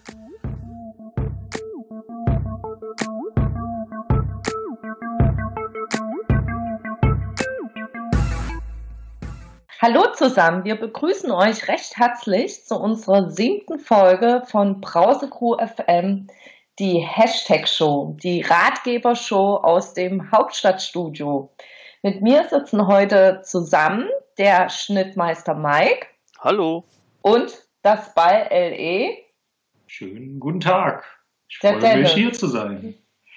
Hallo zusammen, wir begrüßen euch recht herzlich zu unserer 7. Folge von Brausecrew FM, die Hashtag-Show, die Ratgebershow aus dem Hauptstadtstudio. Mit mir sitzen heute zusammen der Schnittmeister Mike. Hallo. Und das Ball LE. Schönen guten Tag. Ich freue mich, hier zu sein.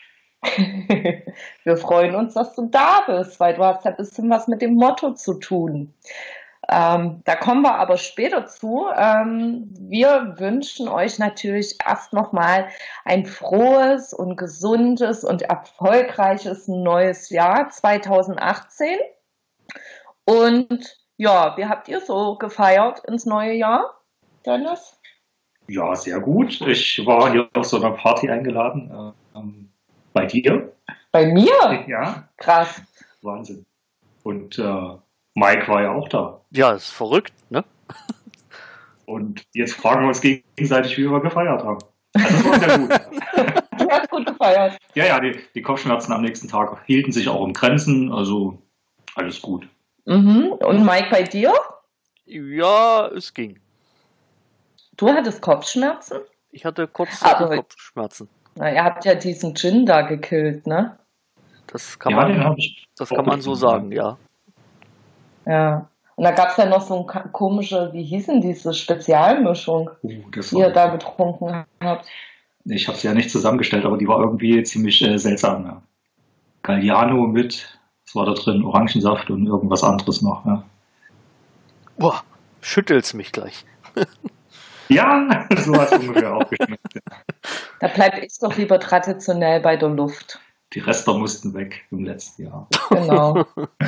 Wir freuen uns, dass du da bist, weil du hast ja ein bisschen was mit dem Motto zu tun. Da kommen wir aber später zu. Wir wünschen euch natürlich erst nochmal ein frohes und gesundes und erfolgreiches neues Jahr 2018. Und ja, wie habt ihr so gefeiert ins neue Jahr, Dennis? Ja, sehr gut. Ich war hier auf so einer Party eingeladen. Bei dir? Bei mir? Ja. Krass. Wahnsinn. Und Mike war ja auch da. Ja, ist verrückt, ne? Und jetzt fragen wir uns gegenseitig, wie wir gefeiert haben. Also das war sehr gut. Du hast gut gefeiert. Ja, die Kopfschmerzen am nächsten Tag hielten sich auch in Grenzen. Also alles gut. Mhm. Und Mike, bei dir? Ja, es ging. Du hattest Kopfschmerzen? Ich hatte kurzzeitig Kopfschmerzen. Na, ihr habt ja diesen Gin da gekillt, ne? Das kann man so sagen, ja. Ja. Und da gab es ja noch so eine komische, wie hießen diese Spezialmischung, die ihr da getrunken habt? Ich habe sie ja nicht zusammengestellt, aber die war irgendwie ziemlich seltsam. Ja. Galliano mit, was war da drin? Orangensaft und irgendwas anderes noch. Ja. Boah, schüttelt's mich gleich. Ja, so hat es ungefähr auch geschmeckt. Ja. Da bleibe ich doch lieber traditionell bei der Luft. Die Reste mussten weg im letzten Jahr. Genau.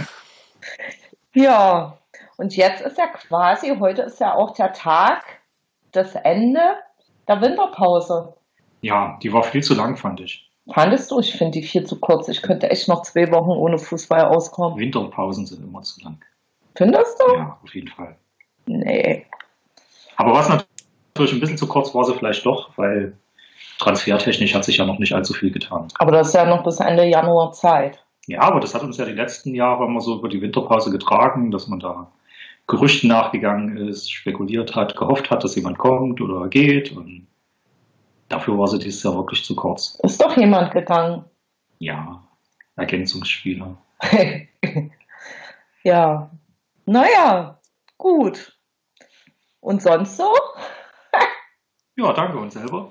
Ja, und jetzt ist ja quasi, heute ist ja auch der Tag, das Ende der Winterpause. Ja, die war viel zu lang, fand ich. Fandest du? Ich finde die viel zu kurz. Ich könnte echt noch 2 Wochen ohne Fußball auskommen. Winterpausen sind immer zu lang. Findest du? Ja, auf jeden Fall. Nee. Aber was natürlich ein bisschen zu kurz war sie vielleicht doch, weil transfertechnisch hat sich ja noch nicht allzu viel getan. Aber das ist ja noch bis Ende Januar Zeit. Ja, aber das hat uns ja die letzten Jahre immer so über die Winterpause getragen, dass man da Gerüchten nachgegangen ist, spekuliert hat, gehofft hat, dass jemand kommt oder geht. Und dafür war sie dieses Jahr wirklich zu kurz. Ist doch jemand gegangen. Ja, Ergänzungsspieler. Ja, naja, gut. Und sonst so? Ja, danke und selber.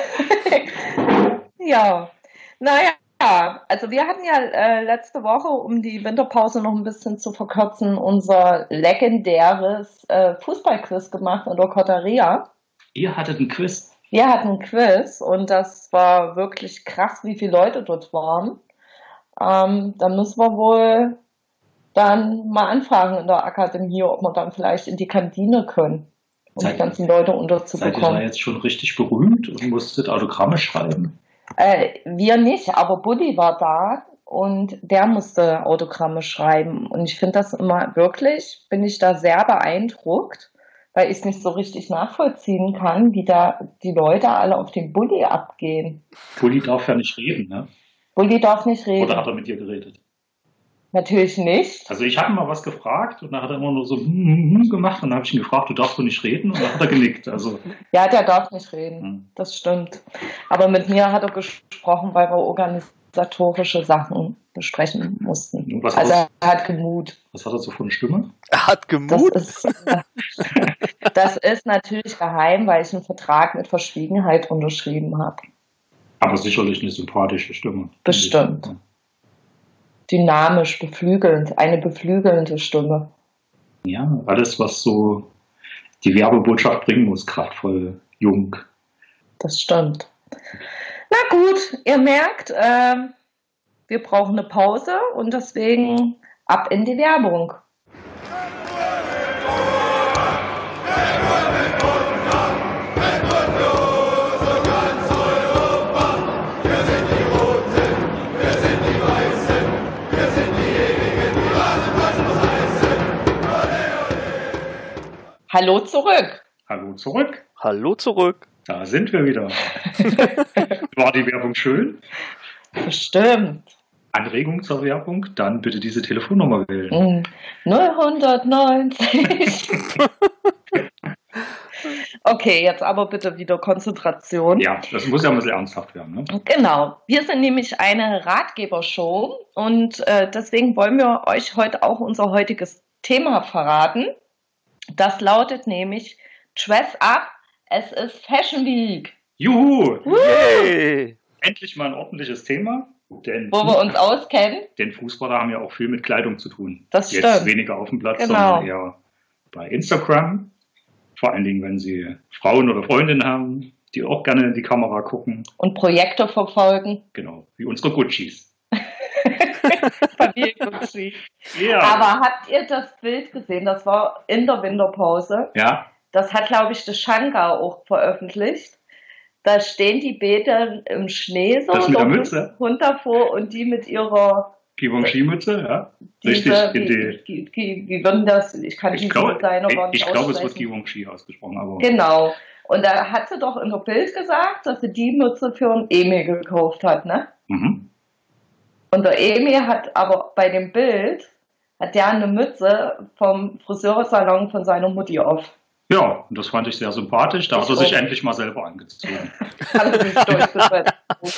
Ja, naja, also wir hatten ja letzte Woche, um die Winterpause noch ein bisschen zu verkürzen, unser legendäres Fußballquiz gemacht in der Cotteria. Ihr hattet ein Quiz? Wir hatten ein Quiz und das war wirklich krass, wie viele Leute dort waren. Da müssen wir wohl dann mal anfragen in der Akademie, ob wir dann vielleicht in die Kantine können, um die ganzen Leute unterzubekommen. Seid ihr da jetzt schon richtig berühmt und musstet Autogramme schreiben? Wir nicht, aber Buddy war da und der musste Autogramme schreiben. Und ich finde das immer wirklich, bin ich da sehr beeindruckt, weil ich es nicht so richtig nachvollziehen kann, wie da die Leute alle auf den Buddy abgehen. Buddy darf ja nicht reden, ne? Buddy darf nicht reden. Oder hat er mit dir geredet? Natürlich nicht. Also ich habe mal was gefragt und dann hat er immer nur so gemacht und dann habe ich ihn gefragt, du darfst doch nicht reden und dann hat er genickt. Also ja, der darf nicht reden, das stimmt. Aber mit mir hat er gesprochen, weil wir organisatorische Sachen besprechen mussten. Also er hat Gemut. Was hat er so für eine Stimme? Er hat Gemut? Das ist natürlich geheim, weil ich einen Vertrag mit Verschwiegenheit unterschrieben habe. Aber sicherlich eine sympathische Stimme. Bestimmt. Dynamisch, beflügelnd, eine beflügelnde Stimme. Ja, alles, was so die Werbebotschaft bringen muss, kraftvoll, jung. Das stimmt. Na gut, ihr merkt, wir brauchen eine Pause und deswegen ab in die Werbung. Hallo zurück. Hallo zurück. Hallo zurück. Da sind wir wieder. War die Werbung schön? Bestimmt. Anregung zur Werbung? Dann bitte diese Telefonnummer wählen. 090. Okay, jetzt aber bitte wieder Konzentration. Ja, das muss ja ein bisschen ernsthaft werden. Ne? Genau. Wir sind nämlich eine Ratgebershow und deswegen wollen wir euch heute auch unser heutiges Thema verraten. Das lautet nämlich Dress Up, es ist Fashion Week. Juhu! Yay! Endlich mal ein ordentliches Thema. Wo wir uns auskennen. Denn Fußballer haben ja auch viel mit Kleidung zu tun. Das Jetzt stimmt. weniger auf dem Platz, Genau. sondern eher bei Instagram. Vor allen Dingen, wenn sie Frauen oder Freundinnen haben, die auch gerne in die Kamera gucken. Und Projekte verfolgen. Genau, wie unsere Guccis. Familie Gucci. Ja. Aber habt ihr das Bild gesehen? Das war in der Winterpause. Ja. Das hat, glaube ich, der Schanka auch veröffentlicht. Da stehen die Bäder im Schnee so, das mit der Mütze? Hund davor und die mit ihrer Givenchy-Mütze, ja. Diese, Richtig. wie würden das? Ich kann Ich diese Designer gar nicht glaube, es wird aussprechen. Givenchy ausgesprochen. Aber Genau. Und da hat sie doch in der Bild gesagt, dass sie die Mütze für einen Emil gekauft hat, ne? Mhm. Und der Emil hat aber bei dem Bild, hat der eine Mütze vom Friseursalon von seiner Mutti auf. Ja, und das fand ich sehr sympathisch. Da hat er sich endlich mal selber angezogen. Hat er sich durchgesetzt.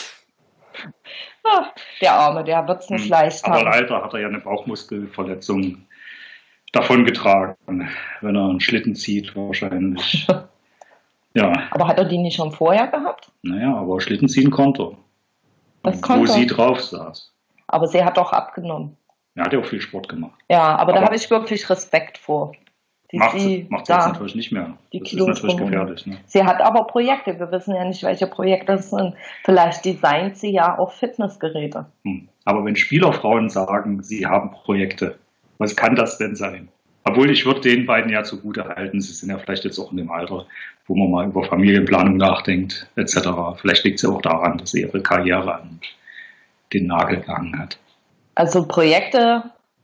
Ach, der Arme, der wird es nicht leicht haben. Aber leider hat er ja eine Bauchmuskelverletzung davongetragen, wenn er einen Schlitten zieht wahrscheinlich. Ja. Aber hat er die nicht schon vorher gehabt? Naja, aber Schlitten ziehen konnte er. Das konnte Wo er. sie drauf saß. Aber sie hat doch abgenommen. Er hat ja auch viel Sport gemacht. Ja, aber da habe ich wirklich Respekt vor. Macht sie jetzt natürlich nicht mehr. Das ist natürlich gefährlich. Ne? Sie hat aber Projekte. Wir wissen ja nicht, welche Projekte es sind. Vielleicht designt sie ja auch Fitnessgeräte. Aber wenn Spielerfrauen sagen, sie haben Projekte, was kann das denn sein? Obwohl, ich würde den beiden ja zugute halten. Sie sind ja vielleicht jetzt auch in dem Alter, wo man mal über Familienplanung nachdenkt, etc. Vielleicht liegt es ja auch daran, dass sie ihre Karriere an den Nagel gehangen hat. Also Projekte,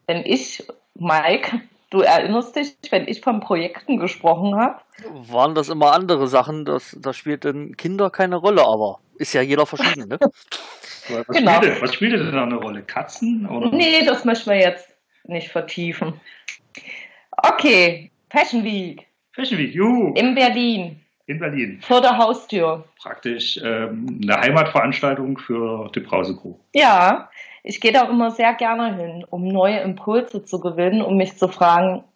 Mike, du erinnerst dich, wenn ich von Projekten gesprochen habe? Waren das immer andere Sachen? Da spielten Kinder keine Rolle, aber ist ja jeder verschieden, ne? Was spielte denn da eine Rolle? Katzen? Oder? Nee, das möchten wir jetzt nicht vertiefen. Okay, Fashion Week. Fashion Week, juhu. In Berlin. In Berlin. Vor der Haustür. Praktisch eine Heimatveranstaltung für die Brause Crew. Ja, ich gehe da immer sehr gerne hin, um neue Impulse zu gewinnen, um mich zu fragen,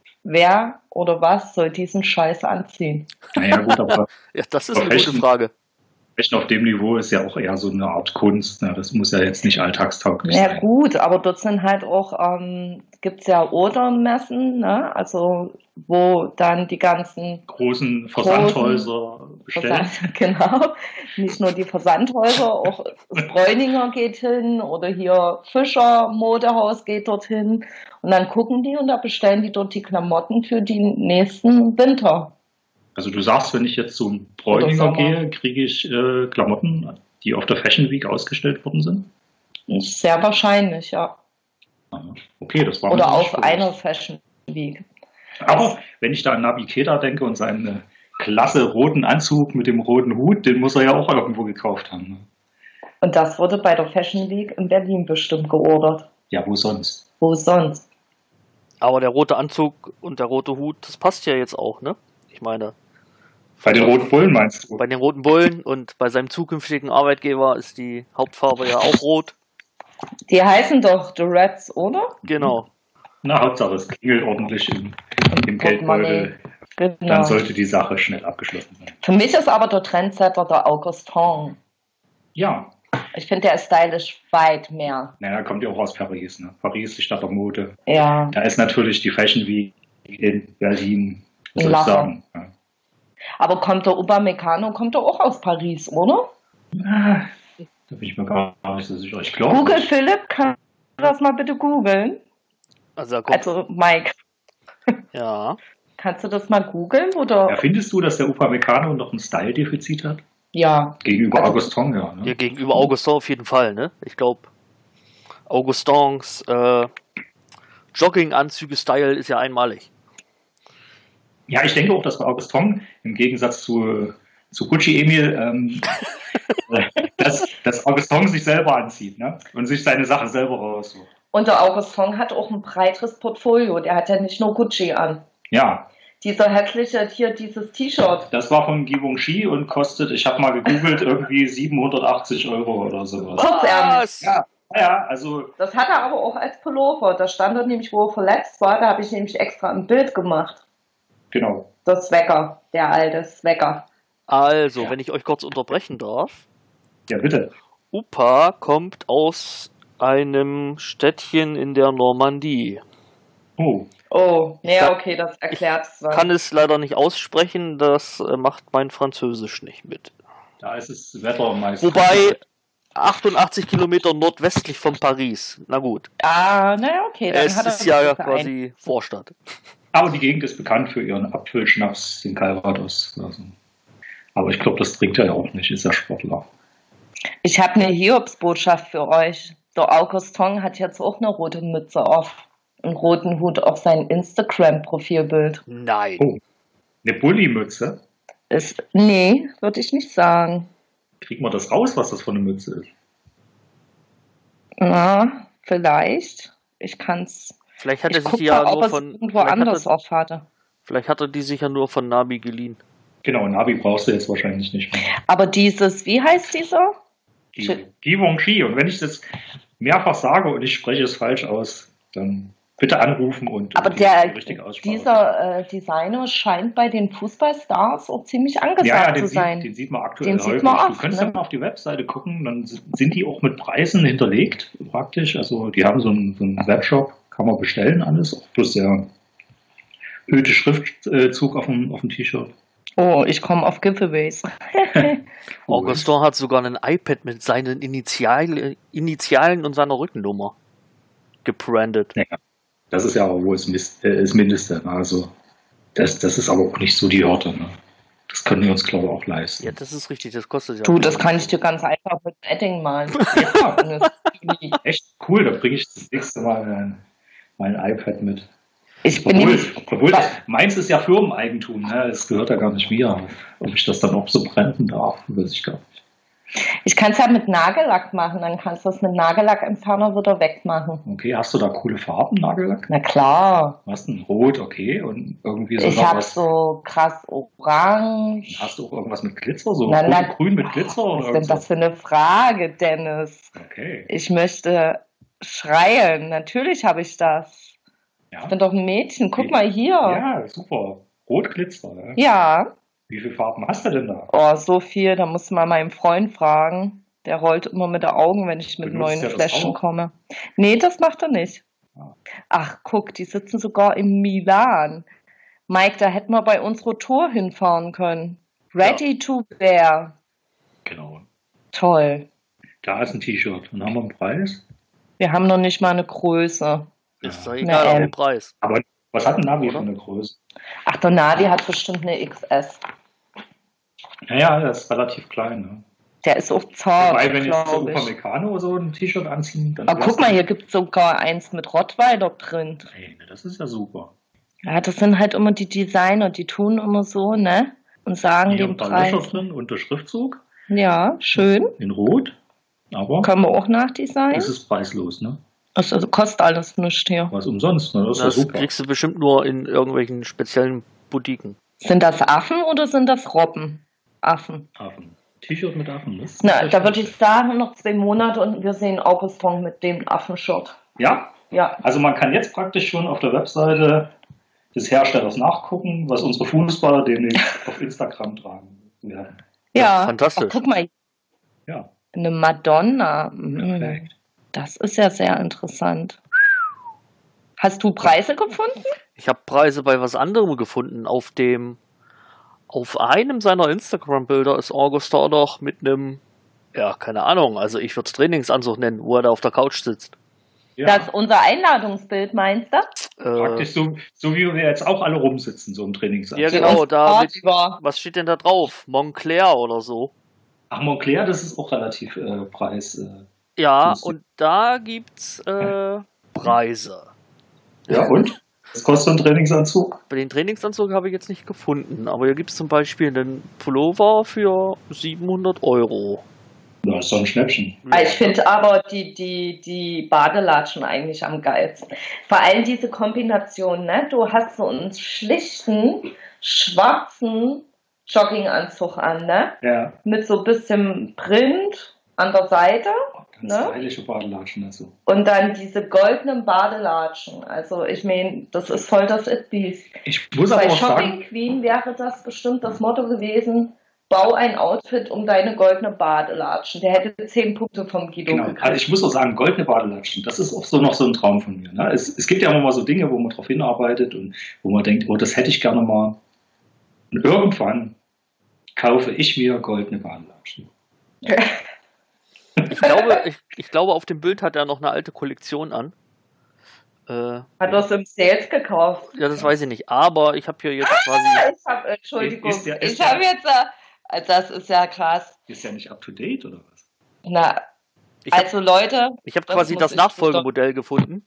wer oder was soll diesen Scheiß anziehen? Naja, gut, aber ja, das ist eine gute Frage. Fashion auf dem Niveau ist ja auch eher so eine Art Kunst. Ne? Das muss ja jetzt nicht alltagstauglich sein. Ja gut, aber dort sind halt auch, gibt es ja Oder-Messen, ne? Also wo dann die ganzen großen Versandhäuser bestellen. Genau, nicht nur die Versandhäuser, auch das Bräuninger geht hin oder hier Fischer Modehaus geht dorthin und dann gucken die und da bestellen die dort die Klamotten für die nächsten Winter. Also du sagst, wenn ich jetzt zum Bräuninger gehe, kriege ich Klamotten, die auf der Fashion Week ausgestellt worden sind? Sehr wahrscheinlich, ja. Okay, das war oder auf einer Fashion Week. Aber wenn ich da an Nabi Keita denke und seinen klasse roten Anzug mit dem roten Hut, den muss er ja auch irgendwo gekauft haben. Ne? Und das wurde bei der Fashion Week in Berlin bestimmt geordert. Ja, wo sonst? Wo sonst? Aber der rote Anzug und der rote Hut, das passt ja jetzt auch, ne? Ich meine... Bei den Roten Bullen meinst du? Bei den Roten Bullen und bei seinem zukünftigen Arbeitgeber ist die Hauptfarbe ja auch rot. Die heißen doch The Reds, oder? Genau. Na, Hauptsache es klingelt ordentlich im Geldbeutel. Genau. Dann sollte die Sache schnell abgeschlossen sein. Für mich ist aber der Trendsetter der Augustin. Ja. Ich finde, der ist stylisch weit mehr. Naja, kommt ja auch aus Paris. Ne? Paris, die Stadt der Mode. Ja. Da ist natürlich die Fashion Week in Berlin. Was soll ich sagen? Ja. Aber kommt der Upamecano, kommt er auch aus Paris, oder? Da bin ich mir gar nicht so sicher. Ich glaube. Google Philipp, kannst du das mal bitte googeln? Also Mike. Ja. Kannst du das mal googeln? Oder? Ja, findest du, dass der Upamecano noch ein Style-Defizit hat? Ja. Gegenüber Augustin, ja. Ne? Ja, gegenüber Augustin auf jeden Fall, ne? Ich glaube, Augustins Jogging-Anzüge-Style ist ja einmalig. Ja, ich denke auch, dass bei Augustin im Gegensatz zu zu Gucci Emil, dass Augustin sich selber anzieht, ne? Und sich seine Sachen selber raussucht. Und der Augustin hat auch ein breiteres Portfolio. Der hat ja nicht nur Gucci an. Ja. Dieser hässliche, hier dieses T-Shirt. Das war von Givenchy und kostet, ich habe mal gegoogelt, irgendwie 780 € oder sowas. Kurzärmlich. Ja, also. Das hat er aber auch als Pullover. Da stand er nämlich, wo er verletzt war. Da habe ich nämlich extra ein Bild gemacht. Genau. Der Zwecker, der alte Zwecker. Also, wenn ich euch kurz unterbrechen darf. Ja, bitte. Upa kommt aus einem Städtchen in der Normandie. Oh, ja, okay, das erklärt es. Ich kann es leider nicht aussprechen, das macht mein Französisch nicht mit. Da ist es Wetter meist. Wobei 88 Kilometer nordwestlich von Paris. Na gut. Naja, okay. Dann Es hat er ist ja das quasi Vorstadt. Aber die Gegend ist bekannt für ihren Apfelschnaps, den Calvados. Also. Aber ich glaube, das trinkt er ja auch nicht, ist ja Sportler. Ich habe eine Hiobsbotschaft für euch. Der Augustin hat jetzt auch eine rote Mütze auf. Einen roten Hut auf sein Instagram-Profilbild. Nein. Oh, eine Bulli-Mütze? Nee, würde ich nicht sagen. Kriegt man das raus, was das für eine Mütze ist? Na, vielleicht. Ich kann's. Vielleicht hat er sich guck die ja mal, nur ob er von. irgendwo anders auf hatte. Vielleicht hat er die sich ja nur von Nabi geliehen. Genau, Navi brauchst du jetzt wahrscheinlich nicht mehr. Aber dieses, wie heißt dieser? Givenchy. Und wenn ich das mehrfach sage und ich spreche es falsch aus, dann bitte anrufen und Aber die richtige Aussprache. dieser Designer scheint bei den Fußballstars auch ziemlich angesagt zu sein. Den sieht man aktuell Den häufig. sieht man oft, Du kannst ne? ja mal auf die Webseite gucken, dann sind die auch mit Preisen hinterlegt, praktisch. Also die haben so einen Webshop, kann man bestellen alles, auch plus der öde Schriftzug auf dem T-Shirt. Oh, ich komme auf Giveaways. Augustin hat sogar ein iPad mit seinen Initialen und seiner Rückennummer gebrandet. Ja, das ist ja auch wohl das Mindeste. Also das ist aber auch nicht so die Hürde. Ne? Das können wir uns, glaube ich, auch leisten. Ja, das ist richtig, das kostet ja. Du, das kann ich dir ganz einfach mit Edding malen. Ja, echt cool, da bringe ich das nächste Mal mein iPad mit. Obwohl meins ist ja Firmeneigentum, ne? Es gehört ja gar nicht mir. Ob ich das dann auch so brennen darf, weiß ich gar nicht. Ich kann es ja mit Nagellack machen, dann kannst du es mit Nagellackentferner wieder wegmachen. Okay, hast du da coole Farben, Nagellack? Na klar. Was denn? Rot, okay. Und irgendwie so ich noch habe was. So krass orange. Hast du auch irgendwas mit Glitzer? So grün mit Glitzer? Was ist denn das für eine Frage, Dennis? Okay. Ich möchte schreien. Natürlich habe ich das. Ja. Ich bin doch ein Mädchen. Guck mal hier. Ja, super. Rot Glitzer, ne? Ja. Wie viele Farben hast du denn da? Oh, so viel. Da musst du mal meinen Freund fragen. Der rollt immer mit den Augen, wenn ich mit neuen Fläschchen komme. Nee, das macht er nicht. Ach, guck, die sitzen sogar in Milan. Mike, da hätten wir bei unserer Tour hinfahren können. Ready to wear. Genau. Toll. Da ist ein T-Shirt. Und haben wir einen Preis? Wir haben noch nicht mal eine Größe. Ist doch egal, aber Preis. Aber was hat ein Navi für eine Größe? Ach, der Navi hat bestimmt eine XS. Naja, der ist relativ klein. Ne? Der ist auch zart, wobei, wenn jetzt der glaube ich. Upamecano so ein T-Shirt anziehen, dann. Aber guck mal, hier gibt es sogar eins mit Rottweiler drin. Hey, das ist ja super. Ja, das sind halt immer die Designer, die tun immer so, ne? Und sagen Hier den ein paar Preis. Löcher drin und der Schriftzug. Ja, schön. In Rot. Aber Können wir auch nachdesignen. das ist preislos, ne? Also kostet alles nichts hier. Was umsonst, ne? Das ist ja super. Kriegst du bestimmt nur in irgendwelchen speziellen Boutiquen. Sind das Affen oder sind das Robben? Affen. T-Shirt mit Affen, ne? Na, da würde ich sagen, noch 2 Monate und wir sehen Augustin mit dem Affenshirt. Ja? Ja. Also man kann jetzt praktisch schon auf der Webseite des Herstellers nachgucken, was unsere Fußballer demnächst auf Instagram tragen werden. Ja, fantastisch. Ach, guck mal. Ja. Eine Madonna. Perfekt. Das ist ja sehr interessant. Hast du Preise gefunden? Ich habe Preise bei was anderem gefunden. Auf einem seiner Instagram-Bilder ist Augustin doch mit einem, ja, keine Ahnung, also ich würde es Trainingsanzug nennen, wo er da auf der Couch sitzt. Ja. Das ist unser Einladungsbild, meinst du? Praktisch so wie wir jetzt auch alle rumsitzen, so im Trainingsanzug. Ja, genau, da mit, was steht denn da drauf? Montclair oder so? Ach, Montclair, das ist auch relativ Preis. Ja, günstig. und da gibt's Preise. Ja, und? Was kostet so ein Trainingsanzug? Bei den Trainingsanzug habe ich jetzt nicht gefunden, aber hier gibt es zum Beispiel einen Pullover für 700 Euro. Ja, ist doch ein Schnäppchen. Ich finde aber die Badelatschen eigentlich am geilsten. Vor allem diese Kombination, ne? Du hast so einen schlichten, schwarzen Jogginganzug an, ne? Ja. Mit so ein bisschen Print an der Seite. Ganz Ne? stylische Badelatschen. Also. Und dann diese goldenen Badelatschen. Also ich meine, das ist voll das It-Piece. Ich muss Bei aber auch Shopping sagen, Queen wäre das bestimmt das Motto gewesen: Bau ein Outfit um deine goldene Badelatschen. Der hätte 10 Punkte vom Guido genau, gekriegt. also ich muss auch sagen, goldene Badelatschen, das ist auch so noch so ein Traum von mir. Ne? Es gibt ja immer mal so Dinge, wo man drauf hinarbeitet und wo man denkt, oh, das hätte ich gerne mal. Und irgendwann kaufe ich mir goldene Badelatschen. Ich glaube, auf dem Bild hat er noch eine alte Kollektion an. Hat das im Sales gekauft? Ja, das weiß ich nicht. Aber ich habe hier jetzt quasi. Entschuldigung. Ist der- Ich habe jetzt. Das ist ja krass. Ist ja nicht up to date oder was? Na, Ich hab- also Leute. Ich habe das quasi muss das ich Nachfolgemodell gefunden.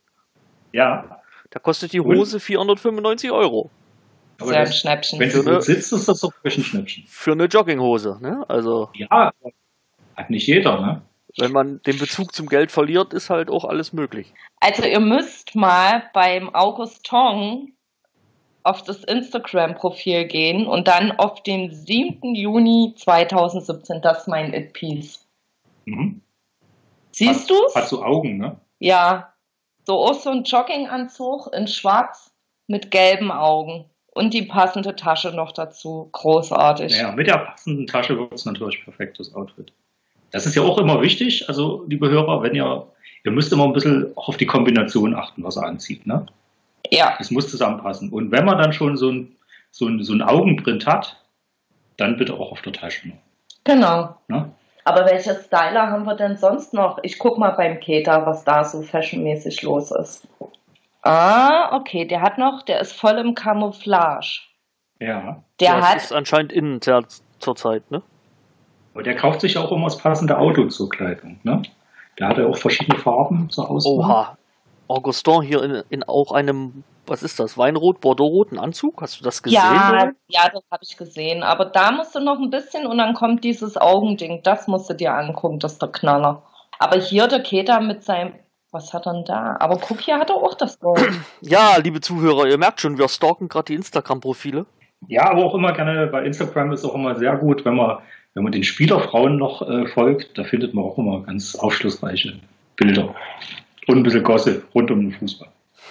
Ja, Da kostet die Hose 495 Euro. Das aber ist ja ein das, Schnäppchen. wenn sie Für eine- gut sitzt, ist das doch wirklich ein Schnäppchen. Für eine Jogginghose. Ne? Also, Ja, hat nicht jeder, ne? wenn man den Bezug zum Geld verliert, ist halt auch alles möglich. Also ihr müsst mal beim August Tong auf das Instagram-Profil gehen und dann auf den 7. Juni 2017. Das ist mein It-Piece. Mhm. Siehst du Hat so Augen, ne? Ja. So auch so ein Jogginganzug in schwarz mit gelben Augen. Und die passende Tasche noch dazu. Großartig. Ja, mit der passenden Tasche wird es natürlich perfektes Outfit. Das ist ja auch immer wichtig, also liebe Hörer, wenn ihr müsst immer ein bisschen auch auf die Kombination achten, was er anzieht, ne? Ja. Es muss zusammenpassen. Und wenn man dann schon so ein Augenprint hat, dann bitte auch auf der Tasche noch. Genau. Ne? Aber welche Styler haben wir denn sonst noch? Ich guck mal beim Keta, was da so fashionmäßig los ist. Ah, okay, der ist voll im Camouflage. Ja. Das ist anscheinend innen zur Zeit, ne? Aber der kauft sich auch immer das passende Auto zur Kleidung, ne? Der hat ja auch verschiedene Farben zur Auswahl. Oha. Augustin hier in auch einem, was ist das, Weinrot-Bordeaux-roten Anzug? Hast du das gesehen? Ja, das habe ich gesehen. Aber da musst du noch ein bisschen und dann kommt dieses Augending. Das musst du dir angucken, das ist der Knaller. Aber hier der Keta mit seinem, was hat er denn da? Aber guck, hier hat er auch das Gold. Ja, liebe Zuhörer, ihr merkt schon, wir stalken gerade die Instagram-Profile. Ja, aber auch immer gerne, bei Instagram ist auch immer sehr gut, wenn man den Spielerfrauen noch folgt, da findet man auch immer ganz aufschlussreiche Bilder. Und ein bisschen Gossip rund um den Fußball.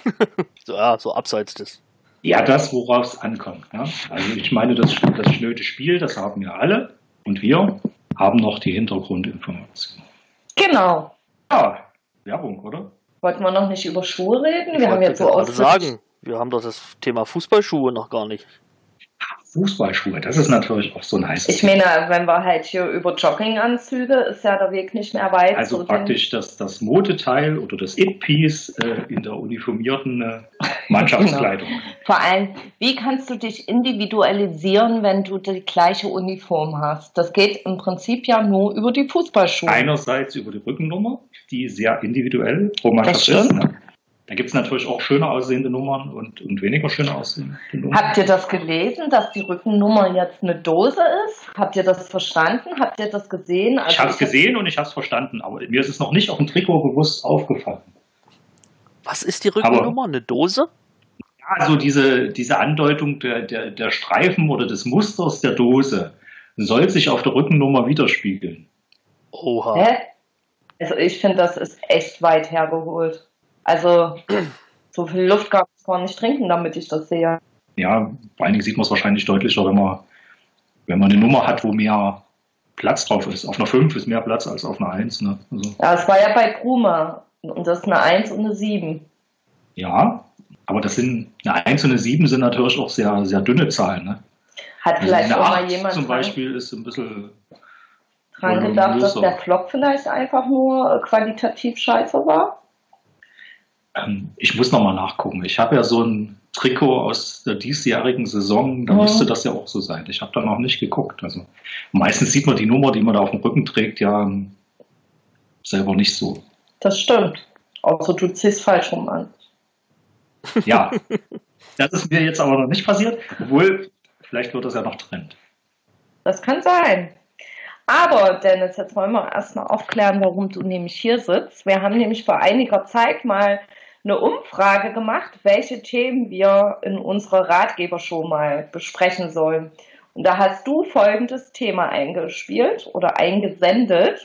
So abseits des. Ja, das, worauf es ankommt. Ne? Also ich meine, das schnöde Spiel, das haben wir alle. Und wir haben noch die Hintergrundinformation. Genau. Ja, Werbung, oder? Wollten wir noch nicht über Schuhe reden? Ich Wir haben wollte jetzt so gerade ausführlich. sagen, wir haben doch das Thema Fußballschuhe noch gar nicht. Fußballschuhe, das ist natürlich auch so ein heißes Ich meine, wenn wir halt hier über Jogginganzüge, ist ja der Weg nicht mehr weit. Also zu praktisch das Modeteil oder das It-Piece in der uniformierten Mannschaftskleidung. Vor allem, wie kannst du dich individualisieren, wenn du die gleiche Uniform hast? Das geht im Prinzip ja nur über die Fußballschuhe. Einerseits über die Rückennummer, die sehr individuell pro Mannschaft Das ist. stimmt. Ne? Da gibt es natürlich auch schöner aussehende Nummern und weniger schöner aussehende Nummern. Habt ihr das gelesen, dass die Rückennummer jetzt eine Dose ist? Habt ihr das verstanden? Habt ihr das gesehen? Ich habe es gesehen und ich habe es verstanden, aber mir ist es noch nicht auf dem Trikot bewusst aufgefallen. Was ist die Rückennummer? Eine Dose? Ja, so diese Andeutung der Streifen oder des Musters der Dose soll sich auf der Rückennummer widerspiegeln. Oha. Hä? Also ich finde, das ist echt weit hergeholt. Also so viel Luft gab es gar nicht trinken, damit ich das sehe. Ja, vor allen Dingen sieht man es wahrscheinlich deutlicher, wenn man eine Nummer hat, wo mehr Platz drauf ist. Auf einer 5 ist mehr Platz als auf einer 1. Ne? Also, Ja, es war ja bei Bruma. Und das ist eine 1 und eine 7. ja, aber eine 1 und eine 7 sind natürlich auch sehr, sehr dünne Zahlen. Ne? Hat Also vielleicht eine schon mal 8 jemand zum Beispiel ist ein bisschen dran gedacht, dass voluminöser. der Flop vielleicht einfach nur qualitativ scheiße war? Ich muss nochmal nachgucken. Ich habe ja so ein Trikot aus der diesjährigen Saison, da müsste das ja auch so sein. Ich habe da noch nicht geguckt. Also meistens sieht man die Nummer, die man da auf dem Rücken trägt, ja selber nicht so. Das stimmt. Außer du ziehst falsch rum an. Ja, Das ist mir jetzt aber noch nicht passiert, obwohl, vielleicht wird das ja noch Trend. Das kann sein. Aber, Dennis, jetzt wollen wir erstmal aufklären, warum du nämlich hier sitzt. Wir haben nämlich vor einiger Zeit mal eine Umfrage gemacht, welche Themen wir in unserer Ratgebershow mal besprechen sollen. Und da hast du folgendes Thema eingespielt oder eingesendet,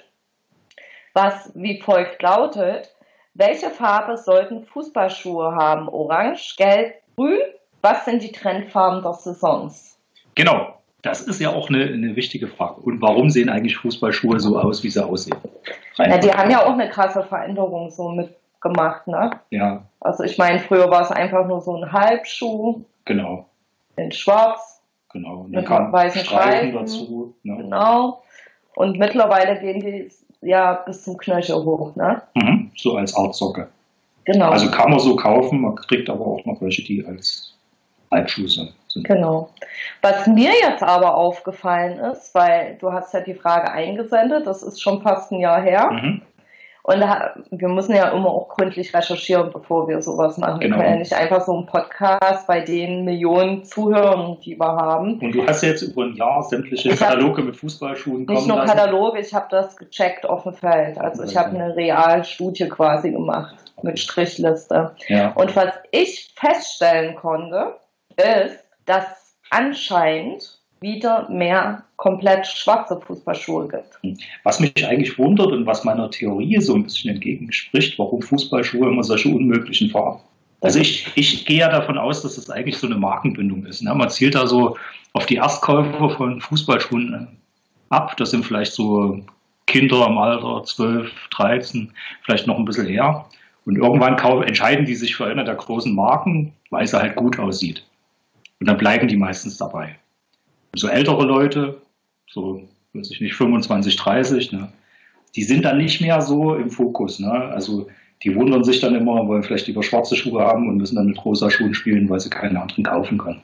was wie folgt lautet: Welche Farbe sollten Fußballschuhe haben? Orange, gelb, grün? Was sind die Trendfarben der Saisons? Genau. Das ist ja auch eine wichtige Frage. Und warum sehen eigentlich Fußballschuhe so aus, wie sie aussehen? Ja, die haben ja auch eine krasse Veränderung so mitgemacht, ne? Ja. Also ich meine, früher war es einfach nur so ein Halbschuh. Genau. In schwarz. Genau. Und dann kam weißen Streifen dazu. Ne? Genau. Und mittlerweile gehen die ja bis zum Knöchel hoch, ne? Mhm. So als Art Socke. Genau. Also kann man so kaufen, man kriegt aber auch noch welche, die als Halbschuhe sind. Genau. Was mir jetzt aber aufgefallen ist, weil du hast ja die Frage eingesendet, das ist schon fast ein Jahr her. Mhm. Und wir müssen ja immer auch gründlich recherchieren, bevor wir sowas machen. Genau. Wir können ja nicht einfach so einen Podcast bei den Millionen Zuhörern, die wir haben. Und du hast jetzt über ein Jahr sämtliche Kataloge mit Fußballschuhen kommen Nicht nur lassen. Kataloge, ich habe das gecheckt auf dem Feld. Also ich habe eine Realstudie quasi gemacht mit Strichliste. Ja. Und was ich feststellen konnte, ist, dass anscheinend wieder mehr komplett schwarze Fußballschuhe gibt. Was mich eigentlich wundert und was meiner Theorie so ein bisschen entgegenspricht, warum Fußballschuhe immer solche unmöglichen Farben. Also ich gehe ja davon aus, dass das eigentlich so eine Markenbindung ist. Ne? Man zielt da so auf die Erstkäufer von Fußballschuhen ab. Das sind vielleicht so Kinder im Alter 12, 13, vielleicht noch ein bisschen eher. Und irgendwann entscheiden die sich für eine der großen Marken, weil sie halt gut aussieht. Und dann bleiben die meistens dabei. So ältere Leute, so, weiß ich nicht, 25, 30, ne, die sind dann nicht mehr so im Fokus. Ne? Also die wundern sich dann immer, wollen vielleicht lieber schwarze Schuhe haben und müssen dann mit rosa Schuhen spielen, weil sie keine anderen kaufen können.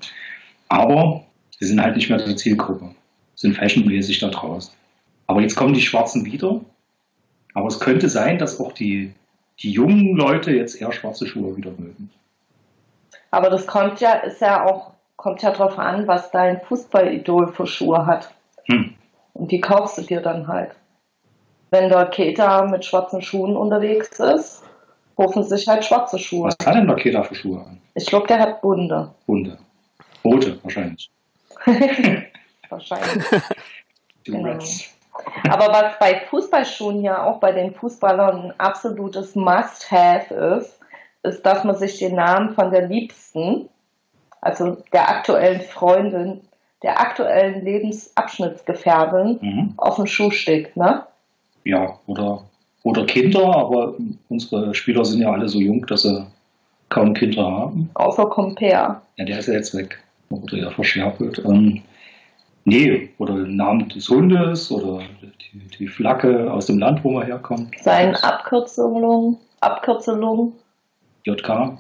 Aber sie sind halt nicht mehr die Zielgruppe, sind fashionmäßig da draußen. Aber jetzt kommen die Schwarzen wieder. Aber es könnte sein, dass auch die jungen Leute jetzt eher schwarze Schuhe wieder mögen. Aber das kommt ja darauf an, was dein Fußballidol für Schuhe hat. Und die kaufst du dir dann halt. Wenn der Keita mit schwarzen Schuhen unterwegs ist, rufen sich halt schwarze Schuhe. Was hat denn der Keita für Schuhe an? Ich glaube, der hat bunte. Bunte. Rote wahrscheinlich. Wahrscheinlich. Die Genau. Reds. Aber was bei Fußballschuhen ja auch bei den Fußballern ein absolutes Must-Have ist, dass man sich den Namen von der Liebsten, also der aktuellen Freundin, der aktuellen Lebensabschnittsgefährtin auf den Schuh steckt, ne? Ja, oder Kinder, aber unsere Spieler sind ja alle so jung, dass sie kaum Kinder haben. Außer Compare. Ja, der ist ja jetzt weg. Wurde ja verschärft. Nee, oder den Namen des Hundes oder die Flagge aus dem Land, wo man herkommt. Seine Abkürzung. JK.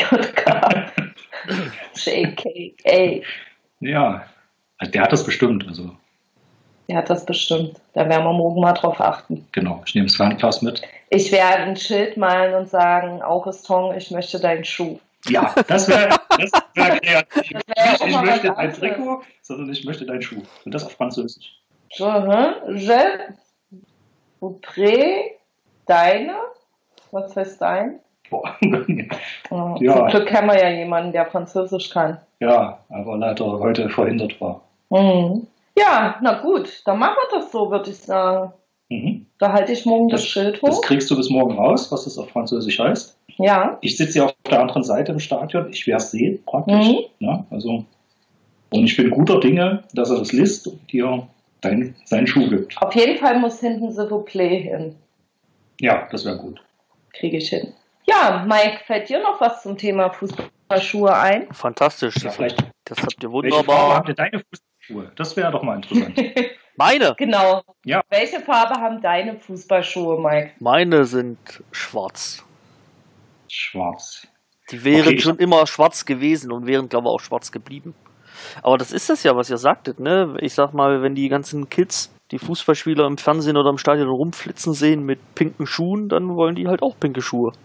JKA. Ja, also der hat das bestimmt. Also. Der hat das bestimmt. Da werden wir morgen mal drauf achten. Genau, ich nehme das Fernglas mit. Ich werde ein Schild malen und sagen, Augustin, ich möchte deinen Schuh. Ja, das wäre kreativ. Ich möchte dein was Trikot, sondern ich möchte deinen Schuh. Und das auf Französisch. Je voudrais deine. Was heißt dein? Boah. Oh, Ja. Zum Glück kennen wir ja jemanden, der Französisch kann. Ja, aber leider heute verhindert war. Mhm. Ja, na gut, dann machen wir das so, würde ich sagen. Da halte ich morgen das Schild Das hoch. kriegst du bis morgen raus, was das auf Französisch heißt. Ja. Ich sitze ja auf der anderen Seite im Stadion. Ich werde es sehen, praktisch. Ja, also, und ich bin guter Dinge, dass er das liest und dir seinen Schuh gibt. Auf jeden Fall muss hinten S'il vous plaît hin. Ja, das wäre gut. Kriege ich hin. Ja, Mike, fällt dir noch was zum Thema Fußballschuhe ein? Fantastisch. Ja, Das vielleicht. habt ihr Welche Farbe wunderbar. haben denn deine Fußballschuhe? Das wäre doch mal interessant. Meine! Genau. Ja. Welche Farbe haben deine Fußballschuhe, Mike? Meine sind schwarz. Schwarz. Die wären Okay. schon immer schwarz gewesen und wären, glaube ich, auch schwarz geblieben. Aber das ist das ja, was ihr sagtet, ne? Ich sag mal, wenn die ganzen Kids die Fußballspieler im Fernsehen oder im Stadion rumflitzen sehen mit pinken Schuhen, dann wollen die halt auch pinke Schuhe.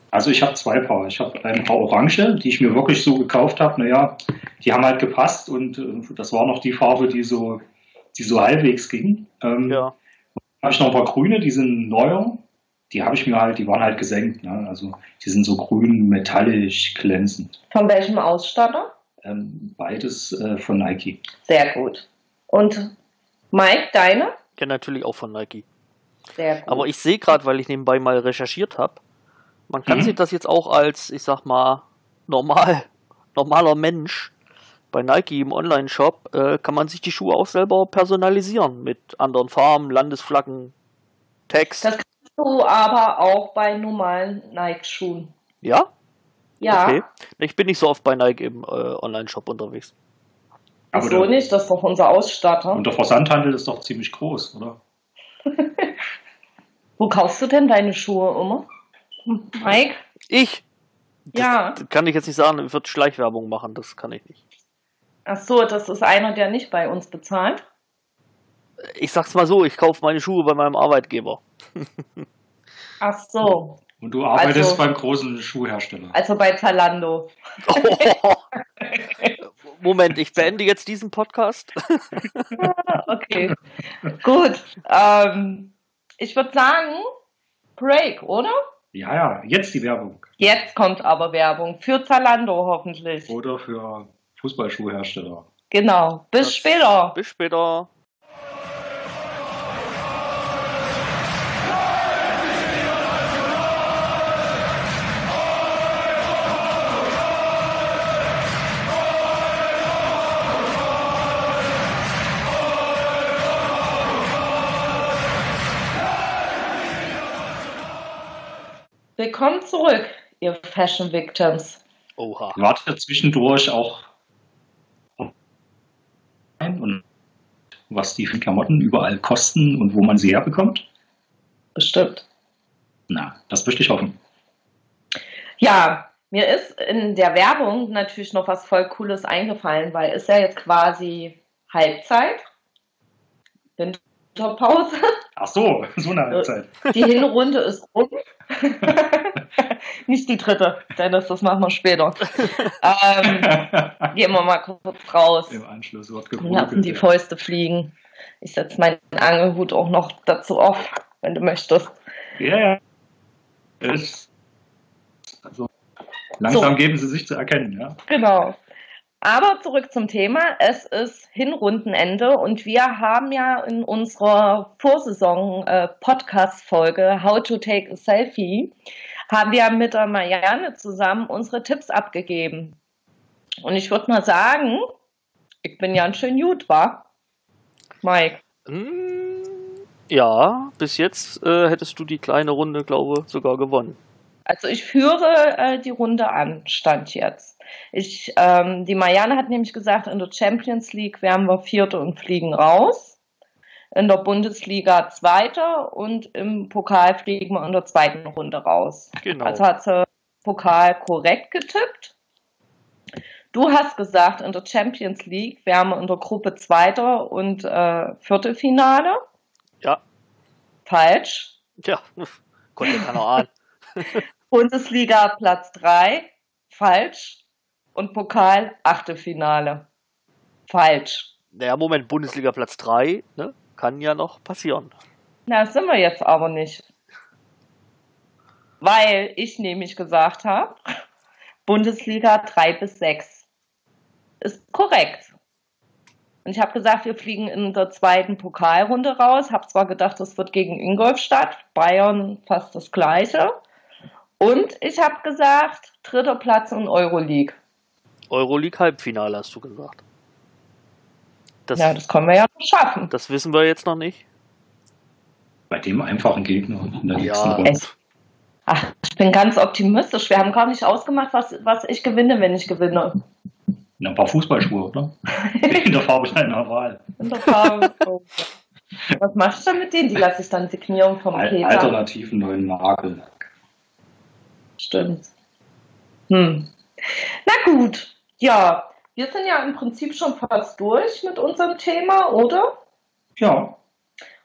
Also ich habe 2 Paar. Ich habe ein Paar Orange, die ich mir wirklich so gekauft habe. Naja, die haben halt gepasst und das war noch die Farbe, die so halbwegs ging. Ja. Habe ich noch ein paar Grüne, die sind neuer. Die habe ich mir halt, die waren halt gesenkt. Ne? Also die sind so grün, metallisch, glänzend. Von welchem Ausstatter? Beides von Nike. Sehr gut. Und Mike, deine? Ja, natürlich auch von Nike. Sehr gut. Aber ich sehe gerade, weil ich nebenbei mal recherchiert habe, man kann sich das jetzt auch als, ich sag mal, normaler Mensch bei Nike im Online-Shop, kann man sich die Schuhe auch selber personalisieren mit anderen Farben, Landesflaggen, Text. Das kannst du aber auch bei normalen Nike-Schuhen. Ja? Ja. Okay. Ich bin nicht so oft bei Nike im Online-Shop unterwegs. Aber so nicht, das ist doch unser Ausstatter. Und der Versandhandel ist doch ziemlich groß, oder? Wo kaufst du denn deine Schuhe immer? Mike? Ich? Ja. Das kann ich jetzt nicht sagen, ich würde Schleichwerbung machen, das kann ich nicht. Ach so, das ist einer, der nicht bei uns bezahlt? Ich sag's mal so, ich kaufe meine Schuhe bei meinem Arbeitgeber. Ach so. Und du arbeitest beim großen Schuhhersteller. Also bei Zalando. Moment, ich beende jetzt diesen Podcast. Okay, gut. Ich würde sagen, Break, oder? Ja, jetzt die Werbung. Jetzt kommt aber Werbung. Für Zalando hoffentlich. Oder für Fußballschuhhersteller. Genau. Bis später. Bis später. Willkommen zurück, ihr Fashion Victims. Oha. Wartet zwischendurch auch und was die Klamotten überall kosten und wo man sie herbekommt? Bestimmt. Na, das möchte ich hoffen. Ja, mir ist in der Werbung natürlich noch was voll Cooles eingefallen, weil ist ja jetzt quasi Halbzeit. Winterpause. Ach so eine Halbzeit. Die Hinrunde ist rum. Nicht die dritte, Dennis, das machen wir später. Gehen wir mal kurz raus. Im Anschluss wird und lassen die Fäuste fliegen. Ich setze meinen Angelhut auch noch dazu auf, wenn du möchtest. Ja. Also, langsam geben sie sich zu erkennen, ja. Genau. Aber zurück zum Thema. Es ist Hinrundenende und wir haben ja in unserer Vorsaison-Podcast-Folge How to Take a Selfie haben wir mit der Marianne zusammen unsere Tipps abgegeben. Und ich würde mal sagen, ich bin ganz schön gut, wa? Mike? Ja, bis jetzt hättest du die kleine Runde, glaube ich, sogar gewonnen. Also ich führe die Runde an, Stand jetzt. Die Marianne hat nämlich gesagt, in der Champions League wären wir Vierte und fliegen raus. In der Bundesliga Zweiter und im Pokal fliegen wir in der zweiten Runde raus. Genau. Also hat sie Pokal korrekt getippt. Du hast gesagt, in der Champions League wären wir in der Gruppe Zweiter und Viertelfinale. Ja. Falsch. Ja, konnte keiner ahnen. Bundesliga Platz 3. Falsch. Und Pokal Achtelfinale. Falsch. Naja, Moment, Bundesliga Platz 3, ne? Kann ja noch passieren. Na, das sind wir jetzt aber nicht. Weil ich nämlich gesagt habe, Bundesliga 3 bis 6. Ist korrekt. Und ich habe gesagt, wir fliegen in der zweiten Pokalrunde raus. Habe zwar gedacht, das wird gegen Ingolstadt, Bayern fast das Gleiche. Und ich habe gesagt, 3. Platz in Euroleague. Euroleague Halbfinale hast du gesagt. Das können wir ja noch schaffen. Das wissen wir jetzt noch nicht. Bei dem einfachen Gegner in der nächsten Runde. Ach, ich bin ganz optimistisch. Wir haben gar nicht ausgemacht, was ich gewinne, wenn ich gewinne. Ein paar Fußballschuhe, oder? In der Farbe deiner Wahl. In der Farbe. Was machst du denn mit denen? Die lasse ich dann signieren vom Peter. Alternativen neuen Nagel. Stimmt. Na gut. Ja, wir sind ja im Prinzip schon fast durch mit unserem Thema, oder? Ja.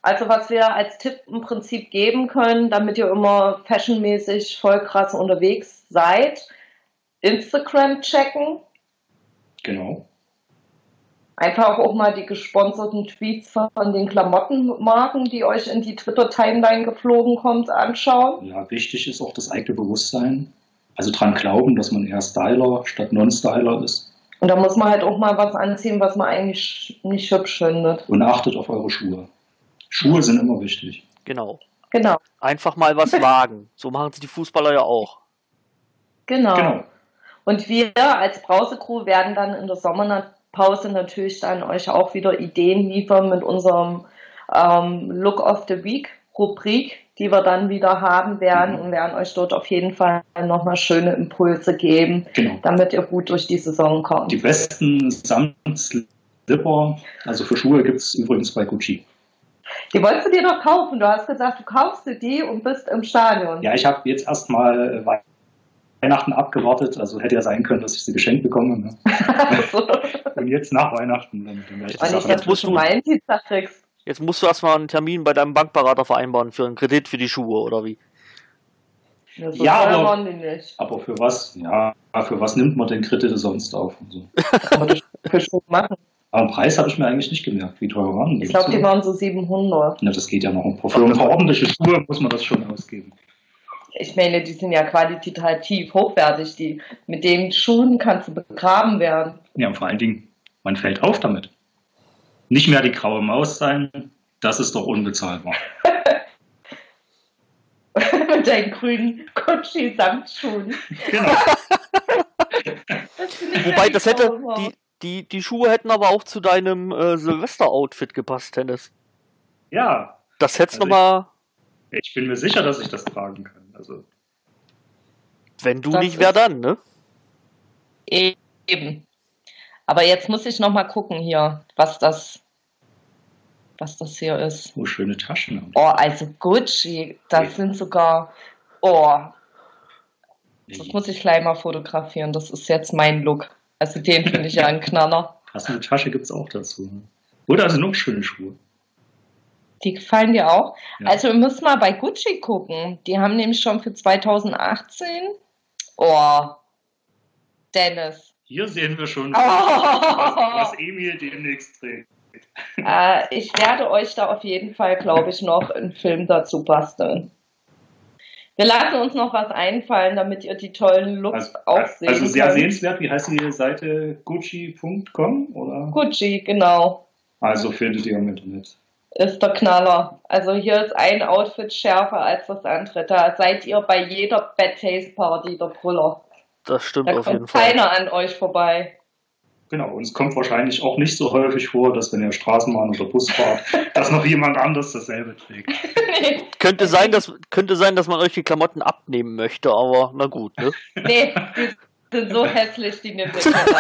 Also was wir als Tipp im Prinzip geben können, damit ihr immer fashionmäßig voll krass unterwegs seid, Instagram checken. Genau. Einfach auch mal die gesponserten Tweets von den Klamottenmarken, die euch in die Twitter-Timeline geflogen kommt, anschauen. Ja, wichtig ist auch das eigene Bewusstsein. Also dran glauben, dass man eher Styler statt Non-Styler ist. Und da muss man halt auch mal was anziehen, was man eigentlich nicht hübsch findet. Und achtet auf eure Schuhe. Schuhe sind immer wichtig. Genau. Genau. Einfach mal was wagen. So machen es die Fußballer ja auch. Genau. Und wir als Brausecrew werden dann in der Sommerpause natürlich dann euch auch wieder Ideen liefern mit unserem Look of the Week Rubrik, die wir dann wieder haben werden und werden euch dort auf jeden Fall nochmal schöne Impulse geben, damit ihr gut durch die Saison kommt. Die besten Samtslipper, also für Schuhe, gibt es übrigens bei Gucci. Die wolltest du dir noch kaufen? Du hast gesagt, du kaufst dir die und bist im Stadion. Ja, ich habe jetzt erstmal Weihnachten abgewartet, also hätte ja sein können, dass ich sie geschenkt bekomme. Ne? Und jetzt nach Weihnachten dann werde ich die Sache kriegst. Jetzt musst du erstmal einen Termin bei deinem Bankberater vereinbaren für einen Kredit für die Schuhe, oder wie? Ja, so aber für was? Ja, für was nimmt man denn Kredite sonst auf? Und so. Aber das für Schuhe machen. Aber den Preis habe ich mir eigentlich nicht gemerkt. Wie teuer waren die? Ich glaube, die waren so 700. Na, das geht ja noch. Für ein paar ordentliche Schuhe muss man das schon ausgeben. Ich meine, die sind ja qualitativ hochwertig. Mit den Schuhen kannst du begraben werden. Ja, und vor allen Dingen, man fällt auf damit. Nicht mehr die graue Maus sein, das ist doch unbezahlbar. Mit deinen grünen Gucci-Samtschuhen. Genau. Wobei, das hätte, die Schuhe hätten aber auch zu deinem Silvester-Outfit gepasst, Dennis. Ja. Das hätt's also nochmal... Ich bin mir sicher, dass ich das tragen kann. Also. Wenn du nicht, wer dann, ne? Eben. Aber jetzt muss ich nochmal gucken hier, was das hier ist. Oh, schöne Taschen. Oh, also Gucci, das sind sogar... Oh, das muss ich gleich mal fotografieren. Das ist jetzt mein Look. Also den finde ich ja ein Knaller. Hast du eine Tasche, gibt es auch dazu. Ne? Oder also noch schöne Schuhe. Die gefallen dir auch? Ja. Also wir müssen mal bei Gucci gucken. Die haben nämlich schon für 2018... Oh, Dennis. Hier sehen wir schon, was Emil demnächst trägt. Ich werde euch da auf jeden Fall, glaube ich, noch einen Film dazu basteln. Wir lassen uns noch was einfallen, damit ihr die tollen Looks auch sehen könnt. Also sehr sehenswert. Wie heißt die Seite? Gucci.com? Oder? Gucci, genau. Also findet ihr im Internet. Ist der Knaller. Also hier ist ein Outfit schärfer als das andere. Da seid ihr bei jeder Bad Taste Party der Brüller. Das stimmt da auf jeden Fall. Da kommt keiner an euch vorbei. Genau, und es kommt wahrscheinlich auch nicht so häufig vor, dass wenn ihr Straßenbahn oder Bus fahrt, dass noch jemand anders dasselbe trägt. Nee. Könnte sein, dass man euch die Klamotten abnehmen möchte, aber na gut, ne? Nee, die sind so hässlich, die nehmen wir nicht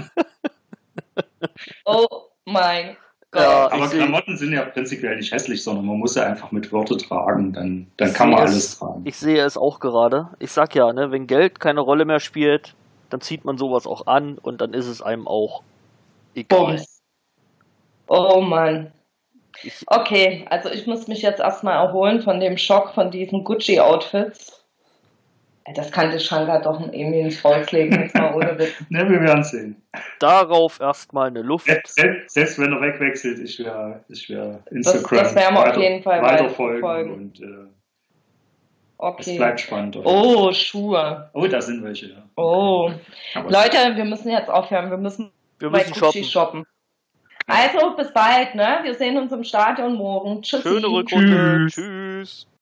ab. Oh mein Gott. Ja, aber Klamotten sind ja prinzipiell nicht hässlich, sondern man muss ja einfach mit Würde tragen, dann kann man alles tragen. Ich sehe es auch gerade. Ich sag ja, ne, wenn Geld keine Rolle mehr spielt, dann zieht man sowas auch an und dann ist es einem auch egal. Bums. Oh Mann. Okay, also ich muss mich jetzt erstmal erholen von dem Schock von diesen Gucci-Outfits. Das kann die Shankar doch irgendwie nicht rauslegen, jetzt mal ohne Witz. Ne, wir werden sehen. Darauf erstmal eine Luft. Selbst wenn er wegwechselt, ich werde Instagram das werden wir auf jeden Fall weiterfolgen. Und okay. Es bleibt spannend. Oh, Schuhe. Oh, da sind welche. Ja. Oh. Leute, wir müssen jetzt aufhören. Wir müssen bei Gucci shoppen. Also, bis bald, ne? Wir sehen uns im Stadion morgen. Tschüssi. Schöne Rückrunde. Tschüss.